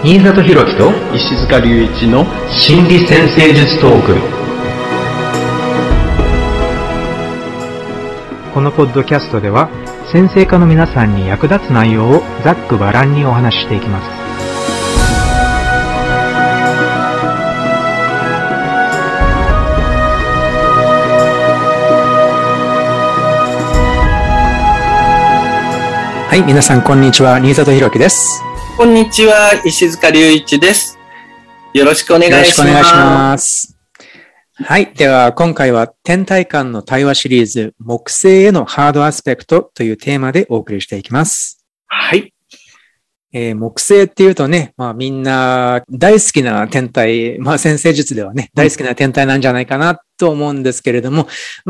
新里博樹と石塚隆一の心理先生術トーク。このポッドキャストでは先生科の皆さんに役立つ内容をざっくばらんにお話ししていきます。はい、皆さんこんにちは、新里博樹です。 こんにちは、石塚隆一です。よろしくお願いします。 よろしくお願いします。はい。では、今回は天体観の対話シリーズ、木星へのハードアスペクトというテーマでお送りしていきます。 はい。 木星っていうとね、みんな大好きな天体、先生術ではね、大好きな天体なんじゃないかなと思うんですけれども、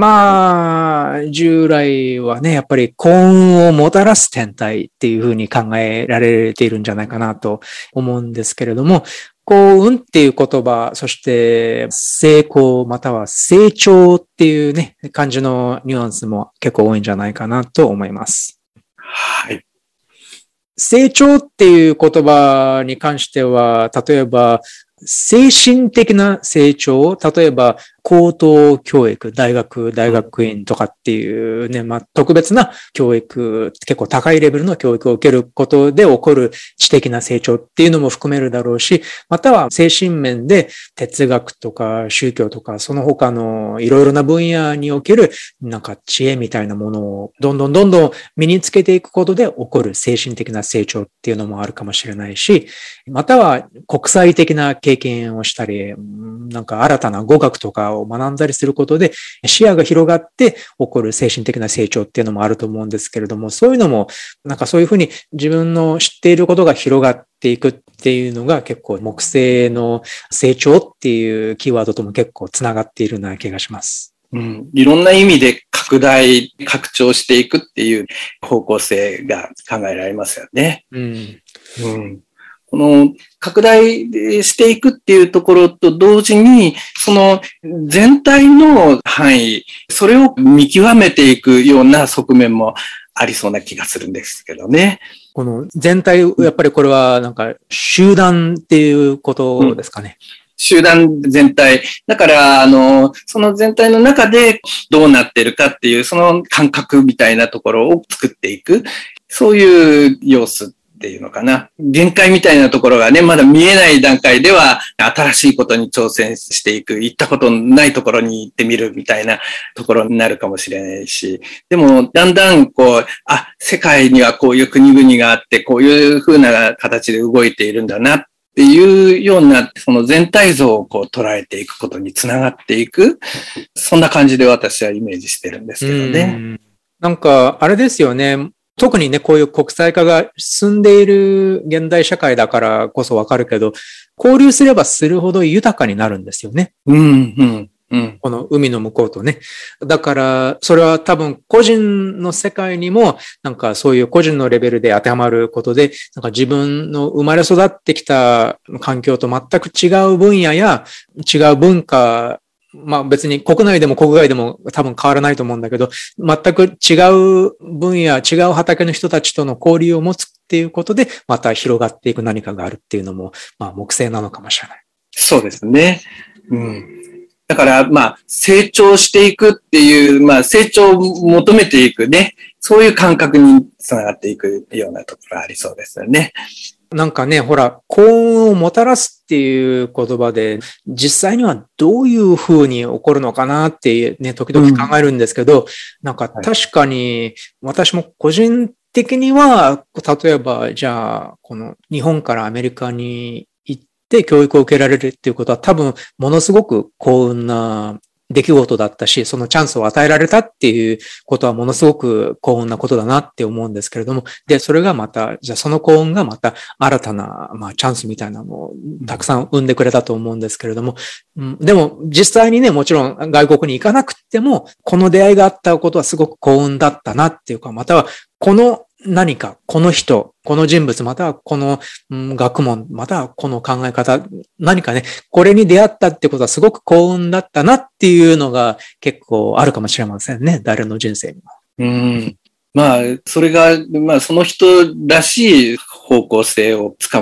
従来はね、やっぱり幸運をもたらす天体っていうふうに考えられているんじゃないかなと思うんですけれども、幸運っていう言葉、そして成功または成長っていうね、感じのニュアンスも結構多いんじゃないかなと思います。 はい。 成長っていう言葉に関しては、例えば精神的な成長、例えば高等教育、大学院とかっていうね、特別な教育、結構高いレベルの教育を受けることで起こる知的な成長っていうのも含めるだろうし、または精神面で哲学とか宗教とかその他のいろいろな分野における知恵みたいなものをどんどん身につけていくことで起こる精神的な成長っていうのもあるかもしれないし、または国際的な経験をしたり、新たな語学とかを学んだりすることで視野が広がって起こる精神的な成長っていうのもあると思うんですけれども、そういうのもそういうふうに自分の知っていることが広がっていくっていうのが結構木星の成長っていうキーワードとも結構つながっているような気がします。 いろんな意味で拡張していくっていう方向性が考えられますよね。この拡大していくっていうところと同時に、その全体の範囲、それを見極めていくような側面もありそうな気がするんですけどね。 この全体、やっぱりこれは集団っていうことですかね。 集団全体。だから、その全体の中でどうなってるかっていう、その感覚みたいなところを作っていく。そういう様子っていうのかな。限界みたいなところがね、まだ見えない段階では、新しいことに挑戦していく。行ったことないところに行ってみるみたいなところになるかもしれないし。でも、だんだん世界にはこういう国々があって、こういう風な形で動いているんだなっていうような、その全体像を捉えていくことにつながっていく。そんな感じで私はイメージしてるんですけどね。 あれですよね。特にね、こういう国際化が進んでいる現代社会だからこそわかるけど、交流すればするほど豊かになるんですよね。この海の向こうとね。だから、それは多分個人の世界にも、そういう個人のレベルで当てはまることで、自分の生まれ育ってきた環境と全く違う分野や違う文化、別に国内でも国外でも多分変わらないと思うんだけど、全く違う分野、違う畑の人たちとの交流を持つっていうことで、また広がっていく何かがあるっていうのも、木星なのかもしれない。 そうですね。だから、成長していくっていう、成長を求めていくね、そういう感覚につながっていくようなところがありそうですよね。 幸運をもたらすっていう言葉で、実際にはどういうふうに起こるのかなってね、時々考えるんですけど、確かに私も個人的には、例えば、じゃあ、この日本からアメリカに行って教育を受けられるっていうことは多分ものすごく幸運な出来事だったし、そのチャンスを与えられたっていうことはものすごく幸運なことだなって思うんですけれども、で、それがまた、じゃあその幸運がまた新たな、チャンスみたいなのをたくさん生んでくれたと思うんですけれども、でも実際にね、もちろん外国に行かなくても、この出会いがあったことはすごく幸運だったなっていうか、またはこの何か、この人、この人物、またはこの学問、またはこの考え方、何かね、これに出会ったってことはすごく幸運だったなっていうのが結構あるかもしれませんね。誰の人生にも。 それが、その人らしい方向性をつかむ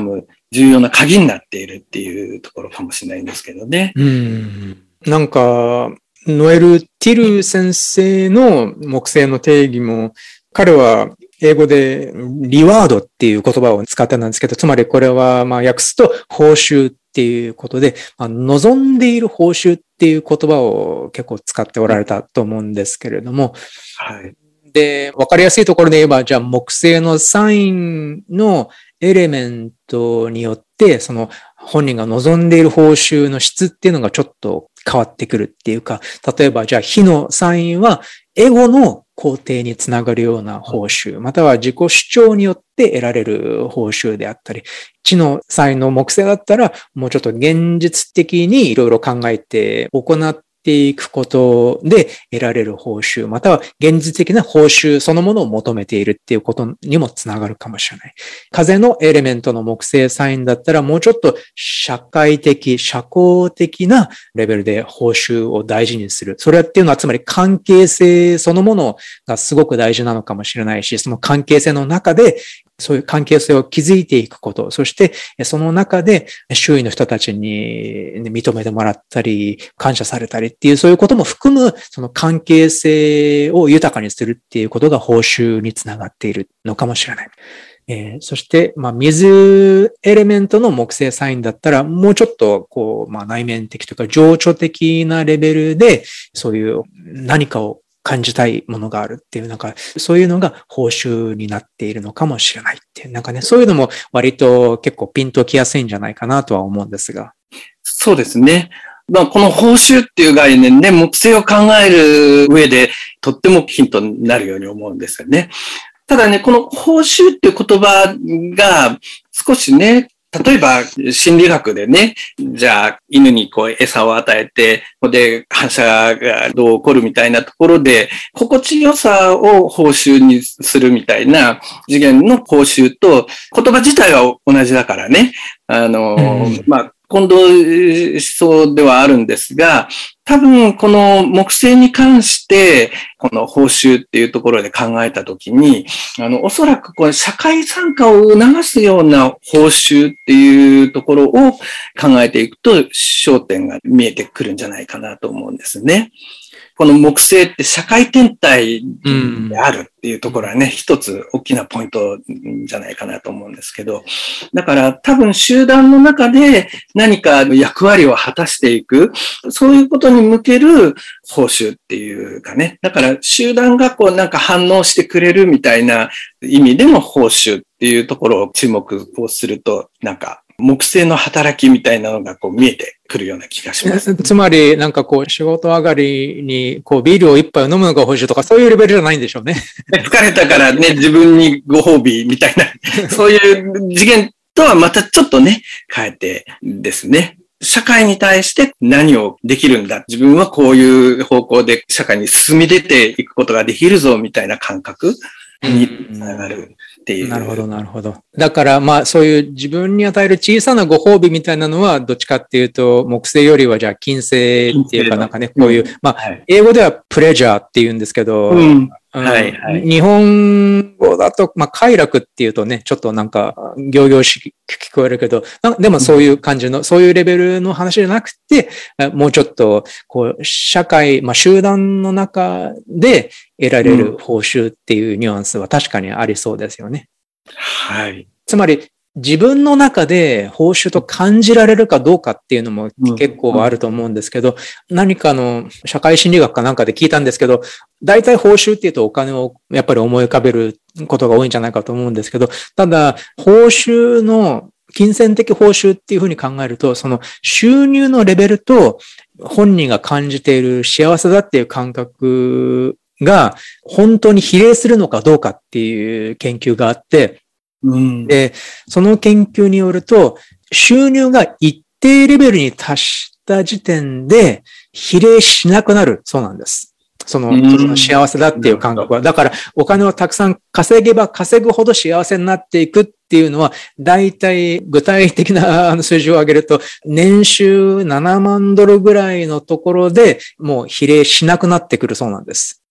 重要な鍵になっているっていうところかもしれないんですけどね。 なんか、ノエル・ティル先生の木星の定義も、彼は英語でリワードっていう言葉を使ってたんですけど、つまりこれは訳すと報酬っていうことで、望んでいる報酬っていう言葉を結構使っておられたと思うんですけれども、 はい。 で、わかりやすいところで言えば、じゃあ木星のサインのエレメントによって、その本人が望んでいる報酬の質っていうのがちょっと変わってくるっていうか、例えばじゃあ火のサインはエゴの肯定につながるような報酬、または自己主張によって得られる報酬であったり、地のサインの木星だったらもうちょっと現実的にいろいろ考えて行っていくことで得られる報酬、または現実的な報酬そのものを求めているっていうことにもつながるかもしれない。風のエレメントの木星サインだったらもうちょっと社会的、社交的なレベルで報酬を大事にする。それっていうのはつまり関係性そのものがすごく大事なのかもしれないし、その関係性の中でそういう関係性を築いていくこと、そしてその中で周囲の人たちに認めてもらったり、感謝されたりっていうそういうことも含むその関係性を豊かにするっていうことが報酬につながっているのかもしれない。そして、水エレメントの木星サインだったら、もうちょっと、内面的というか、情緒的なレベルで、そういう何かを感じたいものがあるっていう、なんか、そういうのが報酬になっているのかもしれないっていう、なんかね、そういうのも割と結構ピンときやすいんじゃないかなとは思うんですが。 そうですね。この報酬っていう概念ね、木星を考える上で、とってもヒントになるように思うんですよね。ただね、この報酬っていう言葉が少しね、例えば心理学でね、じゃあ犬に餌を与えて、で反射がどう起こるみたいなところで、心地よさを報酬にするみたいな次元の報酬と言葉自体は同じだからね、混同しそうではあるんですが、多分この木星に関してこの報酬っていうところで考えたときに、おそらくこれ社会参加を促すような報酬っていうところを考えていくと焦点が見えてくるんじゃないかなと思うんですね。この木星って社会天体であるっていうところはね、一つ大きなポイントじゃないかなと思うんですけど、だから多分集団の中で何か役割を果たしていく、そういうことに向ける報酬っていうかね、だから集団がなんか反応してくれるみたいな意味での報酬っていうところを注目をすると、なんか木星の働きみたいなのが見えてくるような気がします。 つまり、なんか仕事上がりにビールを一杯飲むのが報酬とか、そういうレベルじゃないんでしょうね。 疲れたからね、自分にご褒美みたいな、そういう次元とはまたちょっとね、変えてですね。社会に対して何をできるんだ。自分はこういう方向で社会に進み出ていくことができるぞ、みたいな感覚につながる。っていう。 なるほど、なるほど。だからそういう自分に与える小さなご褒美みたいなのはどっちかっていうと木星よりはじゃあ金星っていうかなんかね、こういう、英語ではプレジャーって言うんですけど、日本語だと、快楽っていうとね、ちょっとなんか、仰々しく聞こえるけど、でもそういう感じの、そういうレベルの話じゃなくて、もうちょっと、社会、集団の中で得られる報酬っていうニュアンスは確かにありそうですよね。 はい。 つまり、自分の中で報酬と感じられるかどうかっていうのも結構あると思うんですけど、何かの社会心理学かなんかで聞いたんですけど、大体報酬っていうとお金をやっぱり思い浮かべることが多いんじゃないかと思うんですけど、ただ報酬の金銭的報酬っていうふうに考えると、その収入のレベルと本人が感じている幸せだっていう感覚が本当に比例するのかどうかっていう研究があって、で、その研究によると、収入が一定レベルに達した時点で比例しなくなるそうなんです。その幸せだっていう感覚は。だから、お金をたくさん稼げば稼ぐほど幸せになっていくっていうのは、大体具体的な数字を上げると、年収7万ドルぐらいのところでもう比例しなくなってくるそうなんです。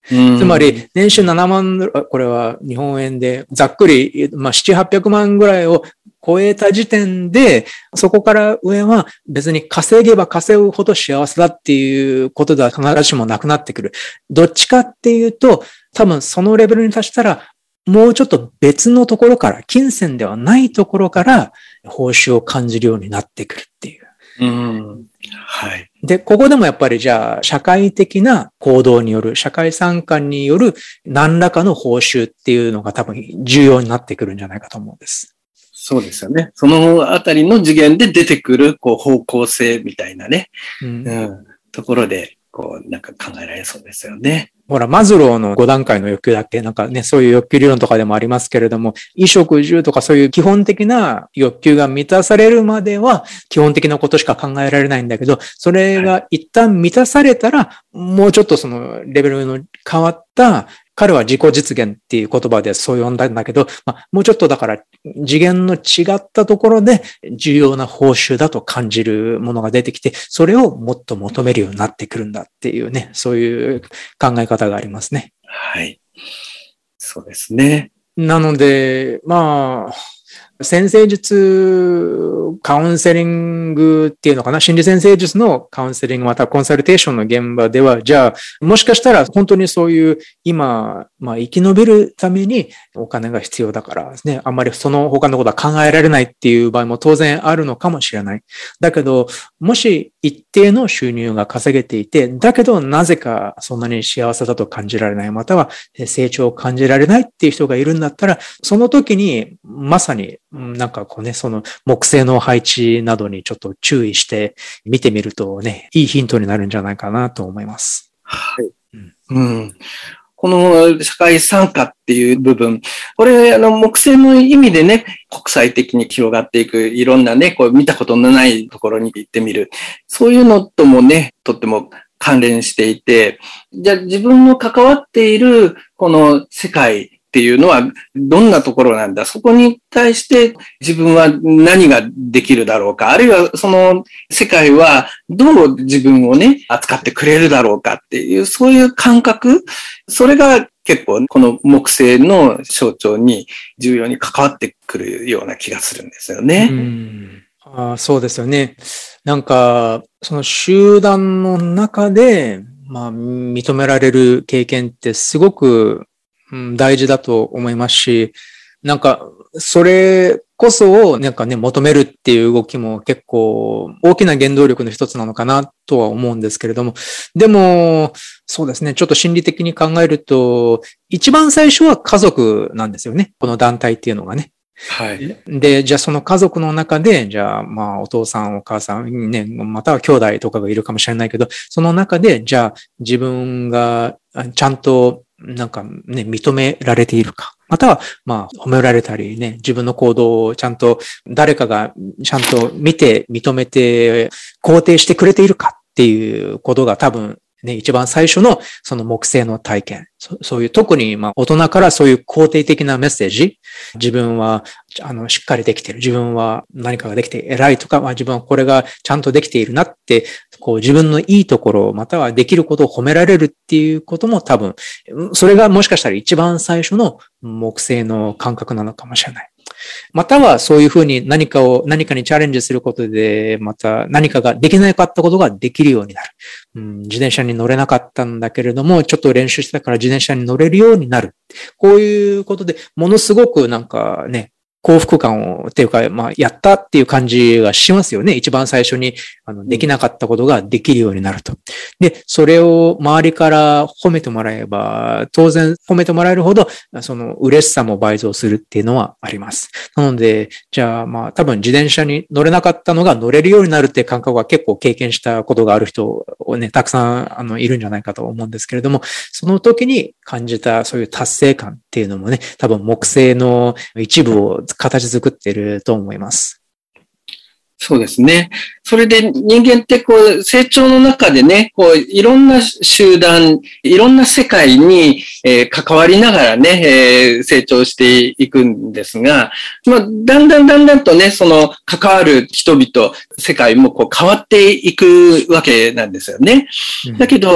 つまり、年収7万、これは日本円でざっくり、7、800万ぐらいを超えた時点で、そこから上は別に稼げば稼ぐほど幸せだっていうことでは必ずしもなくなってくる。どっちかっていうと、多分そのレベルに達したら、もうちょっと別のところから、金銭ではないところから報酬を感じるようになってくるっていう。 はい。 で、ここでもやっぱりじゃあ、社会的な行動による、社会参加による何らかの報酬っていうのが多分重要になってくるんじゃないかと思うんです。 そうですよね。そのあたりの次元で出てくる、方向性みたいなね、ところで、なんか考えられそうですよね。 ほら、マズローの5段階の欲求だっけなんかね、そういう欲求理論とかでもありますけれども、衣食住とかそういう基本的な欲求が満たされるまでは、基本的なことしか考えられないんだけど、それが一旦満たされたら、もうちょっとそのレベルの変わった、彼は自己実現っていう言葉でそう呼んだんだけど、もうちょっとだから次元の違ったところで重要な報酬だと感じるものが出てきて、それをもっと求めるようになってくるんだっていうね、そういう考え方がありますね。 はい。そうですね。 なので、先生術カウンセリングっていうのかな、心理先生術のカウンセリングまたコンサルテーションの現場では、じゃあ、もしかしたら本当にそういう今、生き延びるためにお金が必要だからですね、あんまりその他のことは考えられないっていう場合も当然あるのかもしれない。だけど、もし一定の収入が稼げていて、だけどなぜかそんなに幸せだと感じられない、または成長を感じられないっていう人がいるんだったら、その時にまさになんかその木星の配置などにちょっと注意して見てみるとね、いいヒントになるんじゃないかなと思います。 はい。この社会参加っていう部分、これ、木星の意味でね、国際的に広がっていく、いろんなね、見たことのないところに行ってみる。そういうのともね、とっても関連していて、じゃあ自分の関わっているこの世界っていうのはどんなところなんだ、そこに対して自分は何ができるだろうか、あるいはその世界はどう自分をね、扱ってくれるだろうかっていう、そういう感覚、それが結構この木星の象徴に重要に関わってくるような気がするんですよね。 そうですよね。なんか、その集団の中で、認められる経験ってすごく大事だと思いますし、なんか、それこそをなんかね、求めるっていう動きも結構大きな原動力の一つなのかなとは思うんですけれども、でも、そうですね、ちょっと心理的に考えると、一番最初は家族なんですよね、この団体っていうのがね。 はい。 で、じゃあその家族の中で、じゃあお父さんお母さんね、または兄弟とかがいるかもしれないけど、その中で、じゃあ自分がちゃんとなんかね、認められているか。または、褒められたりね、自分の行動をちゃんと誰かがちゃんと見て、認めて、肯定してくれているかっていうことが多分ね、一番最初のその木星の体験。そういう特に大人からそういう肯定的なメッセージ。自分はしっかりできている。自分は何かができて偉いとか、自分はこれがちゃんとできているなって、自分のいいところ、またはできることを褒められるっていうことも多分、それがもしかしたら一番最初の木星の感覚なのかもしれない。またはそういうふうに何かにチャレンジすることで、また何かができなかったことができるようになる。自転車に乗れなかったんだけれども、ちょっと練習したから自転車に乗れるようになる。こういうことで、ものすごくなんかね、幸福感を、っていうか、やったっていう感じがしますよね。一番最初に、できなかったことができるようになると。で、それを周りから褒めてもらえば、当然褒めてもらえるほど、その嬉しさも倍増するっていうのはあります。なので、じゃあ多分自転車に乗れなかったのが乗れるようになるっていう感覚は結構経験したことがある人をね、たくさんいるんじゃないかと思うんですけれども、その時に感じたそういう達成感っていうのもね、多分木星の一部を形作っていると思います。 そうですね。それで人間って成長の中でね、いろんな集団、いろんな世界に、関わりながらね、成長していくんですが、だんだんとね、その関わる人々、世界も変わっていくわけなんですよね。だけど、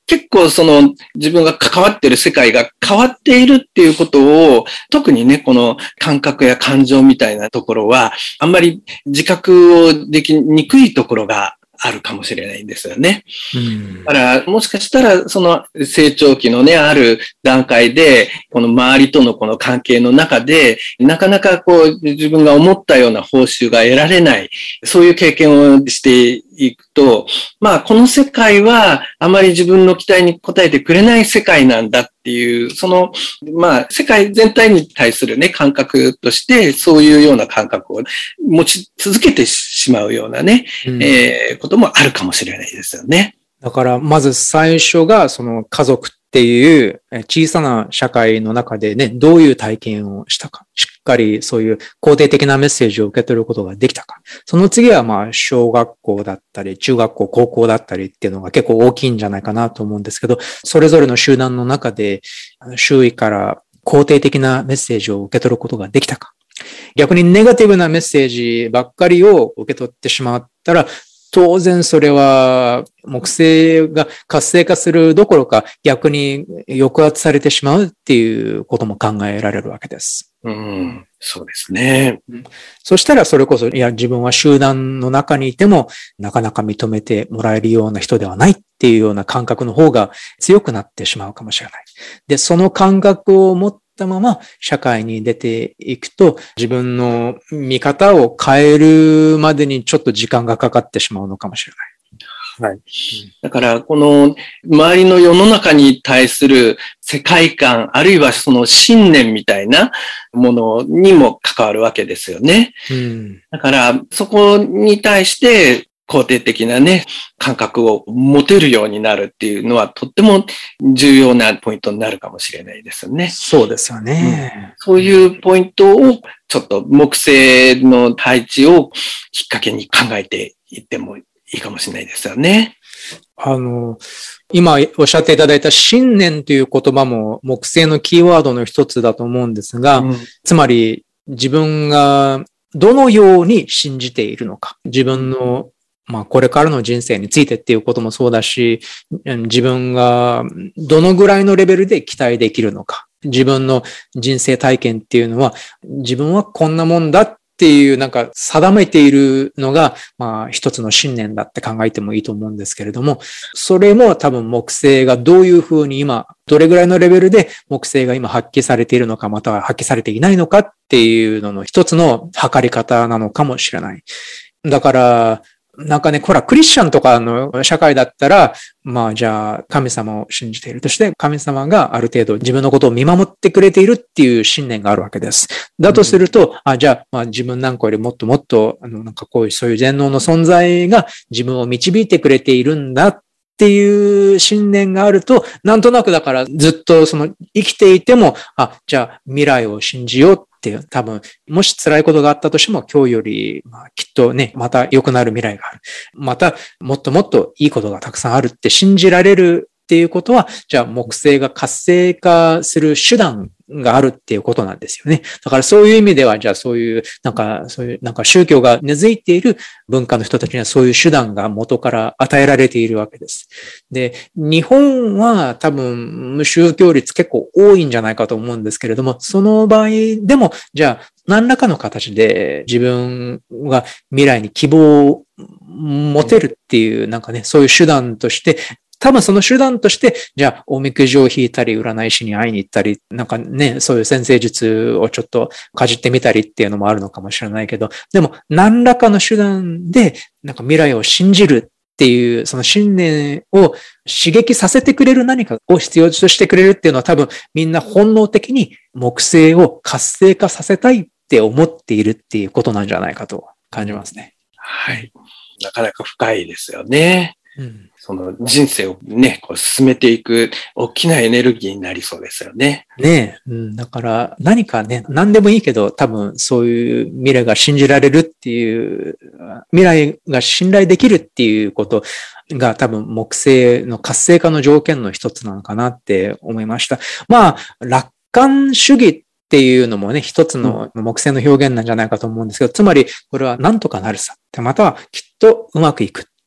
結構自分が関わっている世界が変わっているっていうことを、特にね、この感覚や感情みたいなところは、あんまり自覚をできにくいところがあるかもしれないんですよね。だから、もしかしたら、成長期のね、ある段階で、この周りとのこの関係の中で、なかなか自分が思ったような報酬が得られない、そういう経験をしていくと、この世界はあまり自分の期待に応えてくれない世界なんだっていう、世界全体に対するね、感覚として、そういうような感覚を持ち続けてしまうようなね、こともあるかもしれないですよね。 だから、まず最初が、家族っていう小さな社会の中でね、どういう体験をしたか、しっかりそういう肯定的なメッセージを受け取ることができたか。その次は小学校だったり、中学校、高校だったりっていうのが結構大きいんじゃないかなと思うんですけど、それぞれの集団の中で、周囲から肯定的なメッセージを受け取ることができたか。逆にネガティブなメッセージばっかりを受け取ってしまったら、当然それは木星が活性化するどころか逆に抑圧されてしまうっていうことも考えられるわけです。 そうですね。 そしたらそれこそ、自分は集団の中にいてもなかなか認めてもらえるような人ではないっていうような感覚の方が強くなってしまうかもしれない。で、その感覚を持ったまま社会に出ていくと自分の見方を変えるまでにちょっと時間がかかってしまうのかもしれない。 はい。だから、この周りの世の中に対する世界観、あるいはその信念みたいなものにも関わるわけですよね。だから、そこに対して肯定的なね、感覚を持てるようになるっていうのはとっても重要なポイントになるかもしれないですよね。 そうですよね。 そういうポイントをちょっと木星の配置をきっかけに考えていってもいいかもしれないですよね。 今おっしゃっていただいた信念という言葉も木星のキーワードの一つだと思うんですが、つまり自分がどのように信じているのか、自分のこれからの人生についてっていうこともそうだし、自分がどのぐらいのレベルで期待できるのか、自分の人生体験っていうのは自分はこんなもんだっていう定めているのが一つの信念だって考えてもいいと思うんですけれども、それも多分木星がどういうふうに今どれぐらいのレベルで木星が今発揮されているのか、または発揮されていないのかっていうのの一つの測り方なのかもしれない。だからクリスチャンとかの社会だったら、じゃあ神様を信じているとして、神様がある程度自分のことを見守ってくれているっていう信念があるわけです。だとすると、じゃあ、自分なんかよりもっともっと、そういう全能の存在が自分を導いてくれているんだっていう信念があると、なんとなくだからずっと生きていても、じゃあ未来を信じようっていう、多分、もし辛いことがあったとしても、今日より、きっとね、また良くなる未来がある。また、もっともっといいことがたくさんあるって信じられるっていうことは、じゃあ木星が活性化する手段があるっていうことなんですよね。だからそういう意味では、じゃあそういう宗教が根付いている文化の人たちにはそういう手段が元から与えられているわけです。で、日本は多分無宗教率結構多いんじゃないかと思うんですけれども、その場合でも、じゃあ何らかの形で自分が未来に希望を持てるっていうそういう手段として、多分その手段として、じゃあ、おみくじを引いたり、占い師に会いに行ったり、そういう占星術をちょっとかじってみたりっていうのもあるのかもしれないけど、でも、何らかの手段で、未来を信じるっていう、その信念を刺激させてくれる何かを必要としてくれるっていうのは多分、みんな本能的に木星を活性化させたいって思っているっていうことなんじゃないかと感じますね。 はい。なかなか深いですよね。その人生をね、進めていく大きなエネルギーになりそうですよね。 だから何かね、何でもいいけど多分そういう未来が信じられるっていう、未来が信頼できるっていうことが多分木星の活性化の条件の一つなのかなって思いました。楽観主義っていうのもね、一つの木星の表現なんじゃないかと思うんですけど、つまりこれはなんとかなるさ。またはきっとうまくいく。っ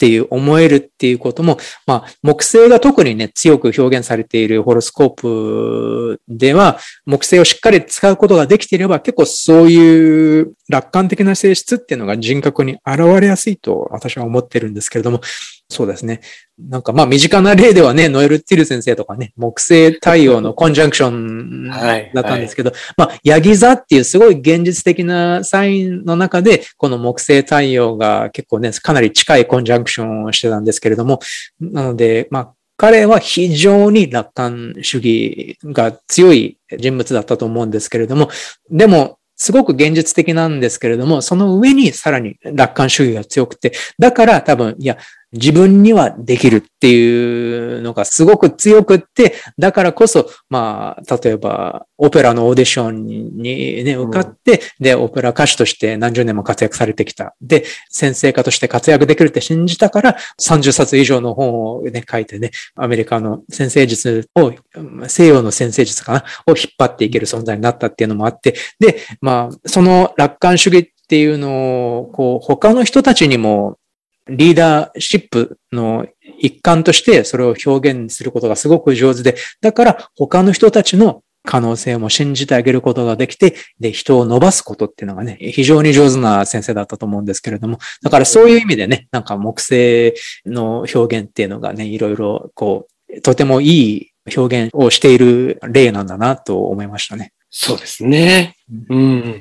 っていう思えるっていうことも、まあ、木星が特にね、強く表現されているホロスコープでは、木星をしっかり使うことができていれば、結構そういう楽観的な性質っていうのが人格に現れやすいと私は思ってるんですけれども、そうですね。なんかまあ身近な例ではね、ノエル・ティル先生とかね、木星太陽のコンジャンクションだったんですけど、まあ、ヤギ座っていうすごい現実的なサインの中で、この木星太陽が結構ね、かなり近いコンジャンクションをしてたんですけれども、なので、まあ、彼は非常に楽観主義が強い人物だったと思うんですけれども、でも、すごく現実的なんですけれども、その上にさらに楽観主義が強くて、だから多分、いや、自分にはできるっていうのがすごく強くって、だからこそ、まあ、例えば、オペラのオーディションにね、受かって、で、オペラ歌手として何十年も活躍されてきた。で、先生家として活躍できるって信じたから、30冊以上の本をね、書いてね、アメリカの先生術を、西洋の先生術かな、を引っ張っていける存在になったっていうのもあって、で、まあ、その楽観主義っていうのを、こう、他の人たちにも、リーダーシップの一環としてそれを表現することがすごく上手で、だから他の人たちの可能性も信じてあげることができて、で、人を伸ばすことっていうのがね、非常に上手な先生だったと思うんですけれども、だからそういう意味でね、なんか木星の表現っていうのがね、いろいろこう、とてもいい表現をしている例なんだなと思いましたね。 そうですね。うん。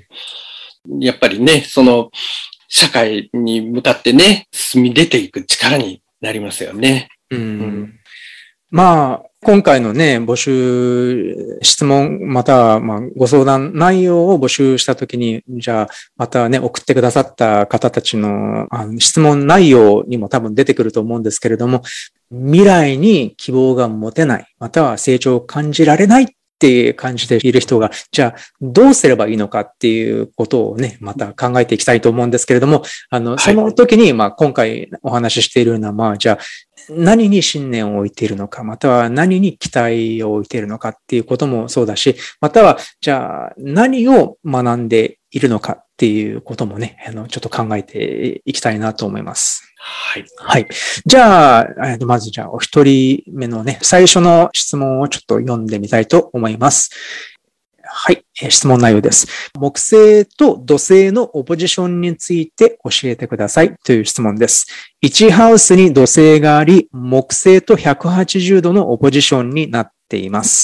やっぱりね、社会に向かってね、進み出ていく力になりますよね。 まあ、今回のね、募集、質問、または、まあ、ご相談内容を募集したときに、じゃあ、またね、送ってくださった方たちの、質問内容にも多分出てくると思うんですけれども、未来に希望が持てない、または成長を感じられないって感じている人が、じゃあどうすればいいのかっていうことをね、また考えていきたいと思うんですけれども、その時に、まあ今回お話ししているような、まあじゃあ何に信念を置いているのか、または何に期待を置いているのかっていうこともそうだし、またはじゃあ何を学んでいるのかっていうこともね、ちょっと考えていきたいなと思います。 はい。 はい。じゃあ、まずじゃあお一人目のね、最初の質問をちょっと読んでみたいと思います。はい。質問内容です。木星と土星のオポジションについて教えてくださいという質問です。1ハウスに土星があり、木星と180度のオポジションになっています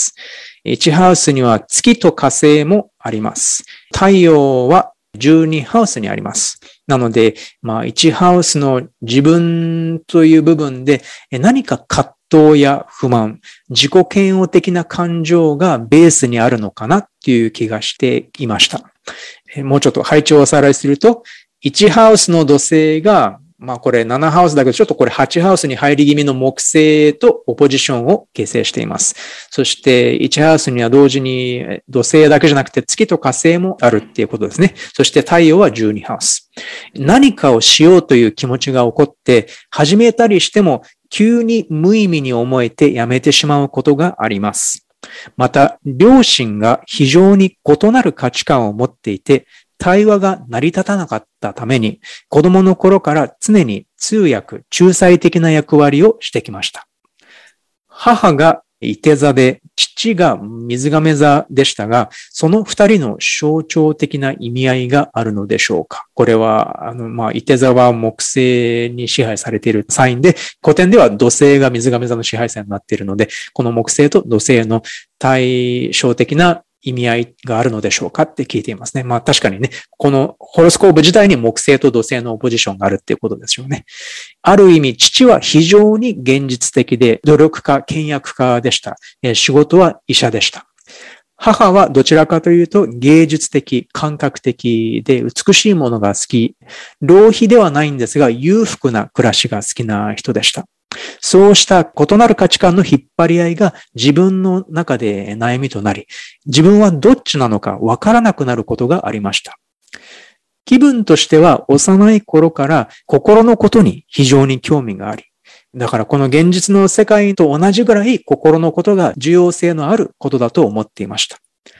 。1ハウスには月と火星もあります。太陽は12ハウスにあります。なので、まあ、1ハウスの自分という部分で何か葛藤や不満、自己嫌悪的な感情がベースにあるのかなっていう気がしていました。もうちょっと配置をおさらいすると、1ハウスの土星がまあこれ7ハウスだけど、ちょっとこれ8ハウスに入り気味の木星とオポジションを形成しています。そして1ハウスには同時に土星だけじゃなくて月と火星もあるっていうことですね。そして太陽は12ハウス。何かをしようという気持ちが起こって始めたりしても急に無意味に思えてやめてしまうことがあります。また、両親が非常に異なる価値観を持っていて、対話が成り立たなかったために、子供の頃から常に通訳、仲裁的な役割をしてきました。母が射手座で、父が水亀座でしたが、その二人の象徴的な意味合いがあるのでしょうか。これは、射手座は木星に支配されているサインで、古典では土星が水亀座の支配者になっているので、この木星と土星の対照的な意味合いがあるのでしょうかって聞いていますね。まあ確かにね、このホロスコープ自体に木星と土星のオポジションがあるっていうことですよね。ある意味、父は非常に現実的で努力家、倹約家でした。仕事は医者でした。母はどちらかというと芸術的、感覚的で美しいものが好き。浪費ではないんですが裕福な暮らしが好きな人でした。そうした異なる価値観の引っ張り合いが自分の中で悩みとなり、自分はどっちなのかわからなくなることがありました。気分としては幼い頃から心のことに非常に興味があり、だからこの現実の世界と同じぐらい心のことが重要性のあることだと思っていました。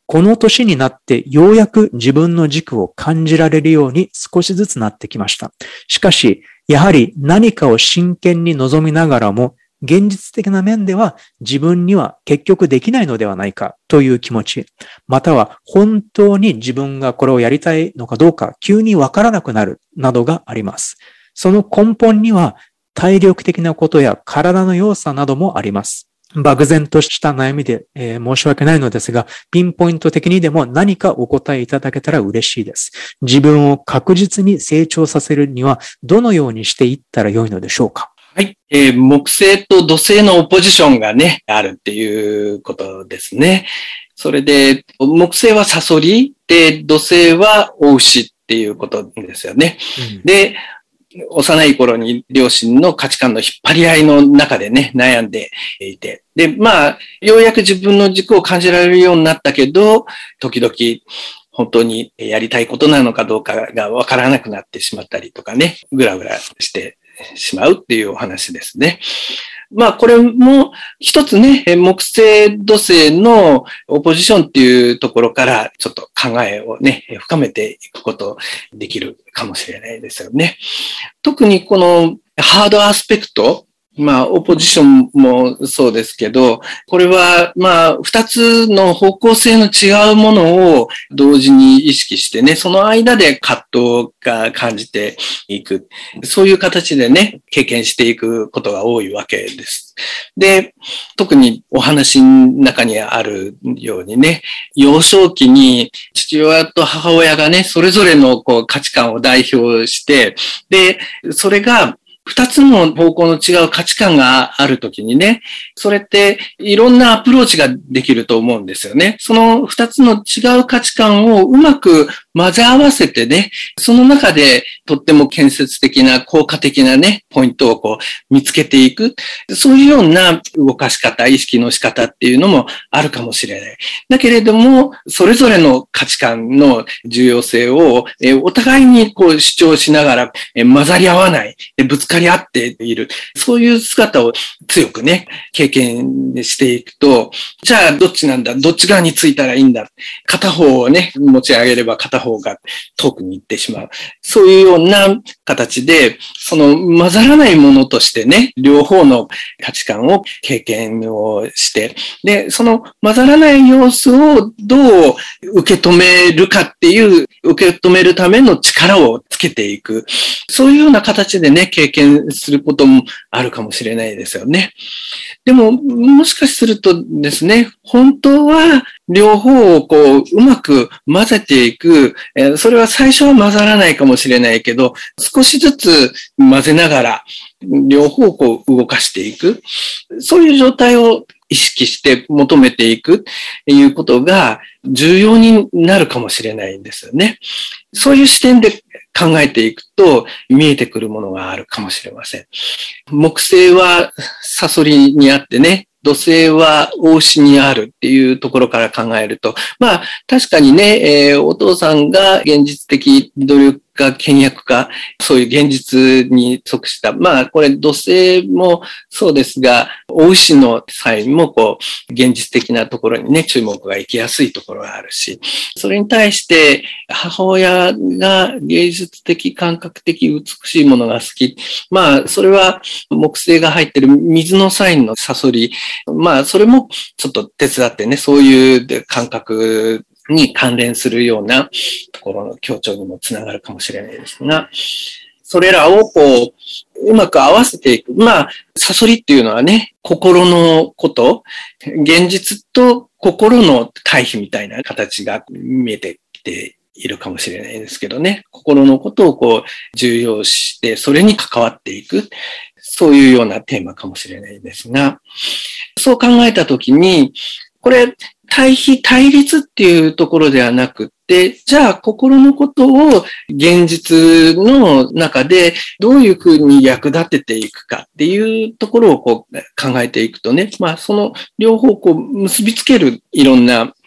この年になってようやく自分の軸を感じられるように少しずつなってきました。しかし、やはり何かを真剣に望みながらも、現実的な面では自分には結局できないのではないかという気持ち、または本当に自分がこれをやりたいのかどうか急にわからなくなるなどがあります。その根本には体力的なことや体の弱さなどもあります。漠然とした悩みで、申し訳ないのですが、ピンポイント的にでも何かお答えいただけたら嬉しいです。自分を確実に成長させるにはどのようにしていったらよいのでしょうか。 はい。木星と土星のオポジションがね、あるっていうことですね。それで、木星はサソリで、土星はお牛っていうことですよね。で、幼い頃に両親の価値観の引っ張り合いの中でね、悩んでいて。で、ようやく自分の軸を感じられるようになったけど、時々、本当にやりたいことなのかどうかがわからなくなってしまったりとかね、ぐらぐらしてしまうっていうお話ですね。これも一つね、木星土星のオポジションっていうところからちょっと考えをね、深めていくことできるかもしれないですよね。特にこのハードアスペクト、オポジションもそうですけど、これは、二つの方向性の違うものを同時に意識してね、その間で葛藤が感じていく。そういう形でね、経験していくことが多いわけです。で、特にお話の中にあるようにね、幼少期に父親と母親がね、それぞれの価値観を代表して、で、それが二つの方向の違う価値観があるときにね、それっていろんなアプローチができると思うんですよね。その二つの違う価値観をうまく混ぜ合わせてね、その中でとっても建設的な効果的なね、ポイントを見つけていく。そういうような動かし方、意識の仕方っていうのもあるかもしれない。だけれども、それぞれの価値観の重要性をお互いに主張しながら混ざり合わない。ぶつかり合っている。そういう姿を強くね、経験していくと、じゃあどっちなんだ、どっち側についたらいいんだ。片方をね、持ち上げれば片方が遠くに行ってしまう。そういうような形で、その混ざらないものとしてね、両方の価値観を経験をして、で、その混ざらない様子をどう受け止めるかっていう、受け止めるための力をつけていく。そういうような形でね、経験することもあるかもしれないですよね。でも、もしかするとですね、本当は両方をうまく混ぜていく、それは最初は混ざらないかもしれないけど、少しずつ混ぜながら両方を動かしていく。そういう状態を意識して求めていくっていうことが重要になるかもしれないんですよね。そういう視点で考えていくと見えてくるものがあるかもしれません。木星はサソリにあってね、土星は大牛にあるっていうところから考えると、確かにね、お父さんが現実的努力家、倹約家、そういう現実に即した。これ土星もそうですが、大牛の際も現実的なところにね、注目が行きやすいところがあるし、それに対して母親が芸術的、感覚的、美しいものが好き。それは木星が入ってる水のサインのサソリ。それもちょっと手伝ってね、そういう感覚に関連するようなところの強調にもつながるかもしれないですが、それらをうまく合わせていく。サソリっていうのはね、心のこと、現実と心の対比みたいな形が見えてきているかもしれないですけどね。心のことを重要視して、それに関わっていく。そういうようなテーマかもしれないですが、そう考えたときに、これ、対比、対立っていうところではなくて、じゃあ心のことを現実の中でどういうふうに役立てていくかっていうところを考えていくとね、その両方結びつけるいろんな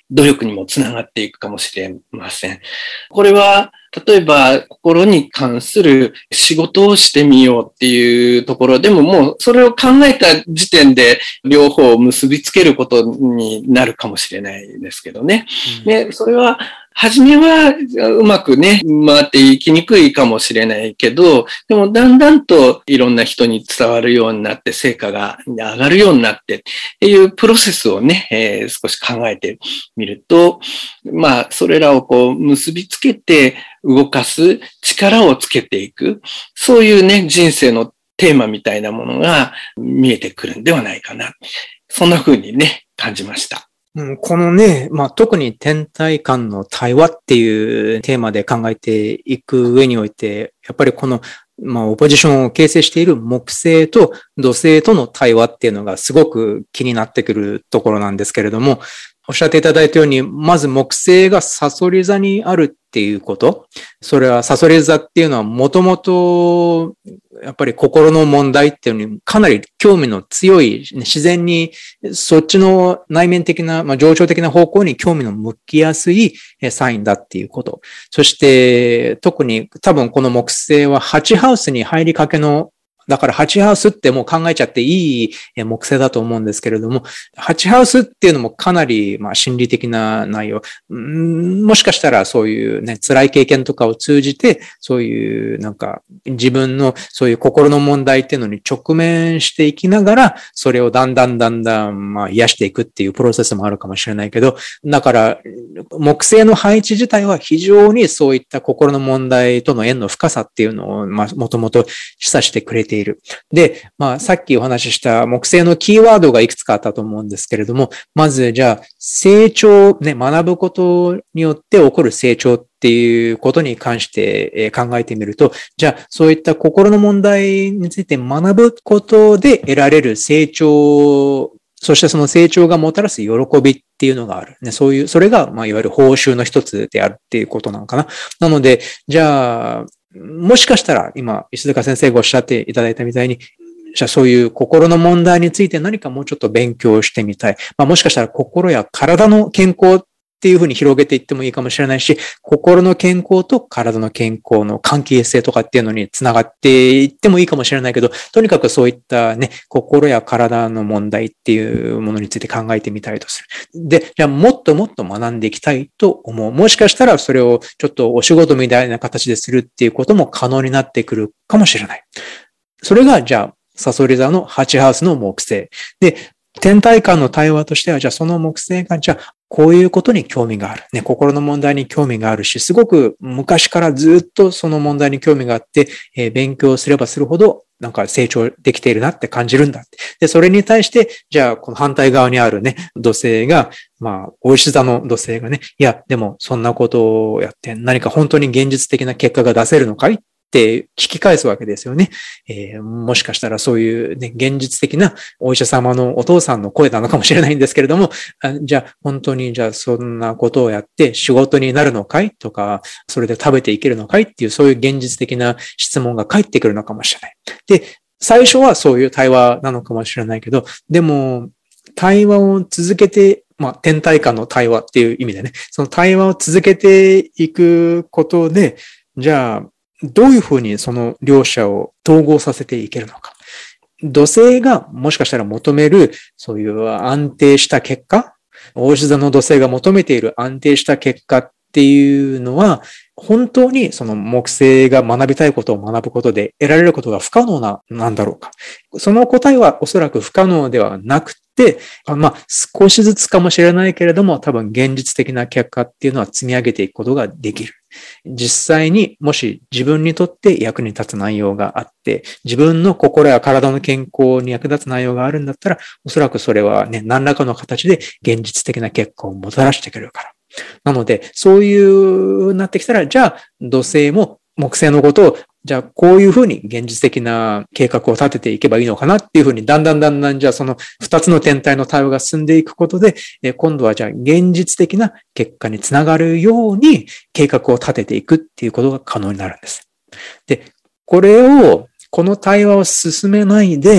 努力にもつながっていくかもしれません。これは、例えば、心に関する仕事をしてみようっていうところでも、もうそれを考えた時点で両方を結びつけることになるかもしれないですけどね。で、それは、初めはうまくね、回っていきにくいかもしれないけど、でもだんだんといろんな人に伝わるようになって、成果が上がるようになってっていうプロセスをね、少し考えてみると、まあ、それらをこう結びつけて動かす力をつけていく、そういうね、人生のテーマみたいなものが見えてくるんではないかな。そんな風にね、感じました。 このね、特に天体間の対話っていうテーマで考えていく上において、やっぱりこの、オポジションを形成している木星と土星との対話っていうのがすごく気になってくるところなんですけれども、おっしゃっていただいたように、まず木星が蠍座にあるっていうこと。それは蠍座っていうのはもともとやっぱり心の問題っていうのにかなり興味の強い、自然にそっちの内面的な、情緒的な方向に興味の向きやすいサインだっていうこと。そして特に多分この木星は8ハウスに入りかけのだから8ハウスってもう考えちゃっていい木星だと思うんですけれども、8ハウスっていうのもかなり心理的な内容。もしかしたらそういうね、辛い経験とかを通じて、そういう自分のそういう心の問題っていうのに直面していきながら、それをだんだん癒していくっていうプロセスもあるかもしれないけど、だから木星の配置自体は非常にそういった心の問題との縁の深さっていうのをもともと示唆してくれている。で、さっきお話しした木星のキーワードがいくつかあったと思うんですけれども、まずじゃあ成長、ね、学ぶことによって起こる成長っていうことに関して考えてみると、じゃあそういった心の問題について学ぶことで得られる成長、そしてその成長がもたらす喜びっていうのがある。ね、それが、いわゆる報酬の一つであるっていうことなのかな。なので、じゃあ、もしかしたら今、石塚先生がおっしゃっていただいたみたいに、じゃあそういう心の問題について何かもうちょっと勉強してみたい。もしかしたら心や体の健康っていうふうに広げていってもいいかもしれないし、心の健康と体の健康の関係性とかっていうのにつながっていってもいいかもしれないけど、とにかくそういったね、心や体の問題っていうものについて考えてみたいとする。で、じゃあもっともっと学んでいきたいと思う。もしかしたらそれをちょっとお仕事みたいな形でするっていうことも可能になってくるかもしれない。それがじゃあ、蠍座の8ハウスの木星。で、天体間の対話としては、じゃあその木星が、じゃあこういうことに興味がある。ね、心の問題に興味があるし、すごく昔からずっとその問題に興味があって、勉強すればするほど、成長できているなって感じるんだ。で、それに対して、じゃあこの反対側にあるね、土星が、お牛座の土星がね、いや、でもそんなことをやって何か本当に現実的な結果が出せるのかいって聞き返すわけですよね。もしかしたらそういうね、現実的なお医者様のお父さんの声なのかもしれないんですけれども、じゃあ本当にじゃあそんなことをやって仕事になるのかいとか、それで食べていけるのかいっていうそういう現実的な質問が返ってくるのかもしれない。で、最初はそういう対話なのかもしれないけど、でも対話を続けて天体間の対話っていう意味でね、その対話を続けていくことで、じゃあ、どういうふうにその両者を統合させていけるのか。土星がもしかしたら求めるそういう安定した結果、お牛座の土星が求めている安定した結果っていうのは、本当にその木星が学びたいことを学ぶことで得られることが不可能なんだろうか。その答えはおそらく不可能ではなくて、少しずつかもしれないけれども、多分現実的な結果っていうのは積み上げていくことができる。実際にもし自分にとって役に立つ内容があって、自分の心や体の健康に役立つ内容があるんだったら、おそらくそれはね、何らかの形で現実的な結果をもたらしてくれるから。なので、そういうなってきたら、じゃあ土星も木星のことを、じゃあこういうふうに現実的な計画を立てていけばいいのかなっていうふうに、だんだんじゃあその2つの天体の対話が進んでいくことで、今度はじゃあ現実的な結果につながるように計画を立てていくっていうことが可能になるんです。で、この対話を進めないで、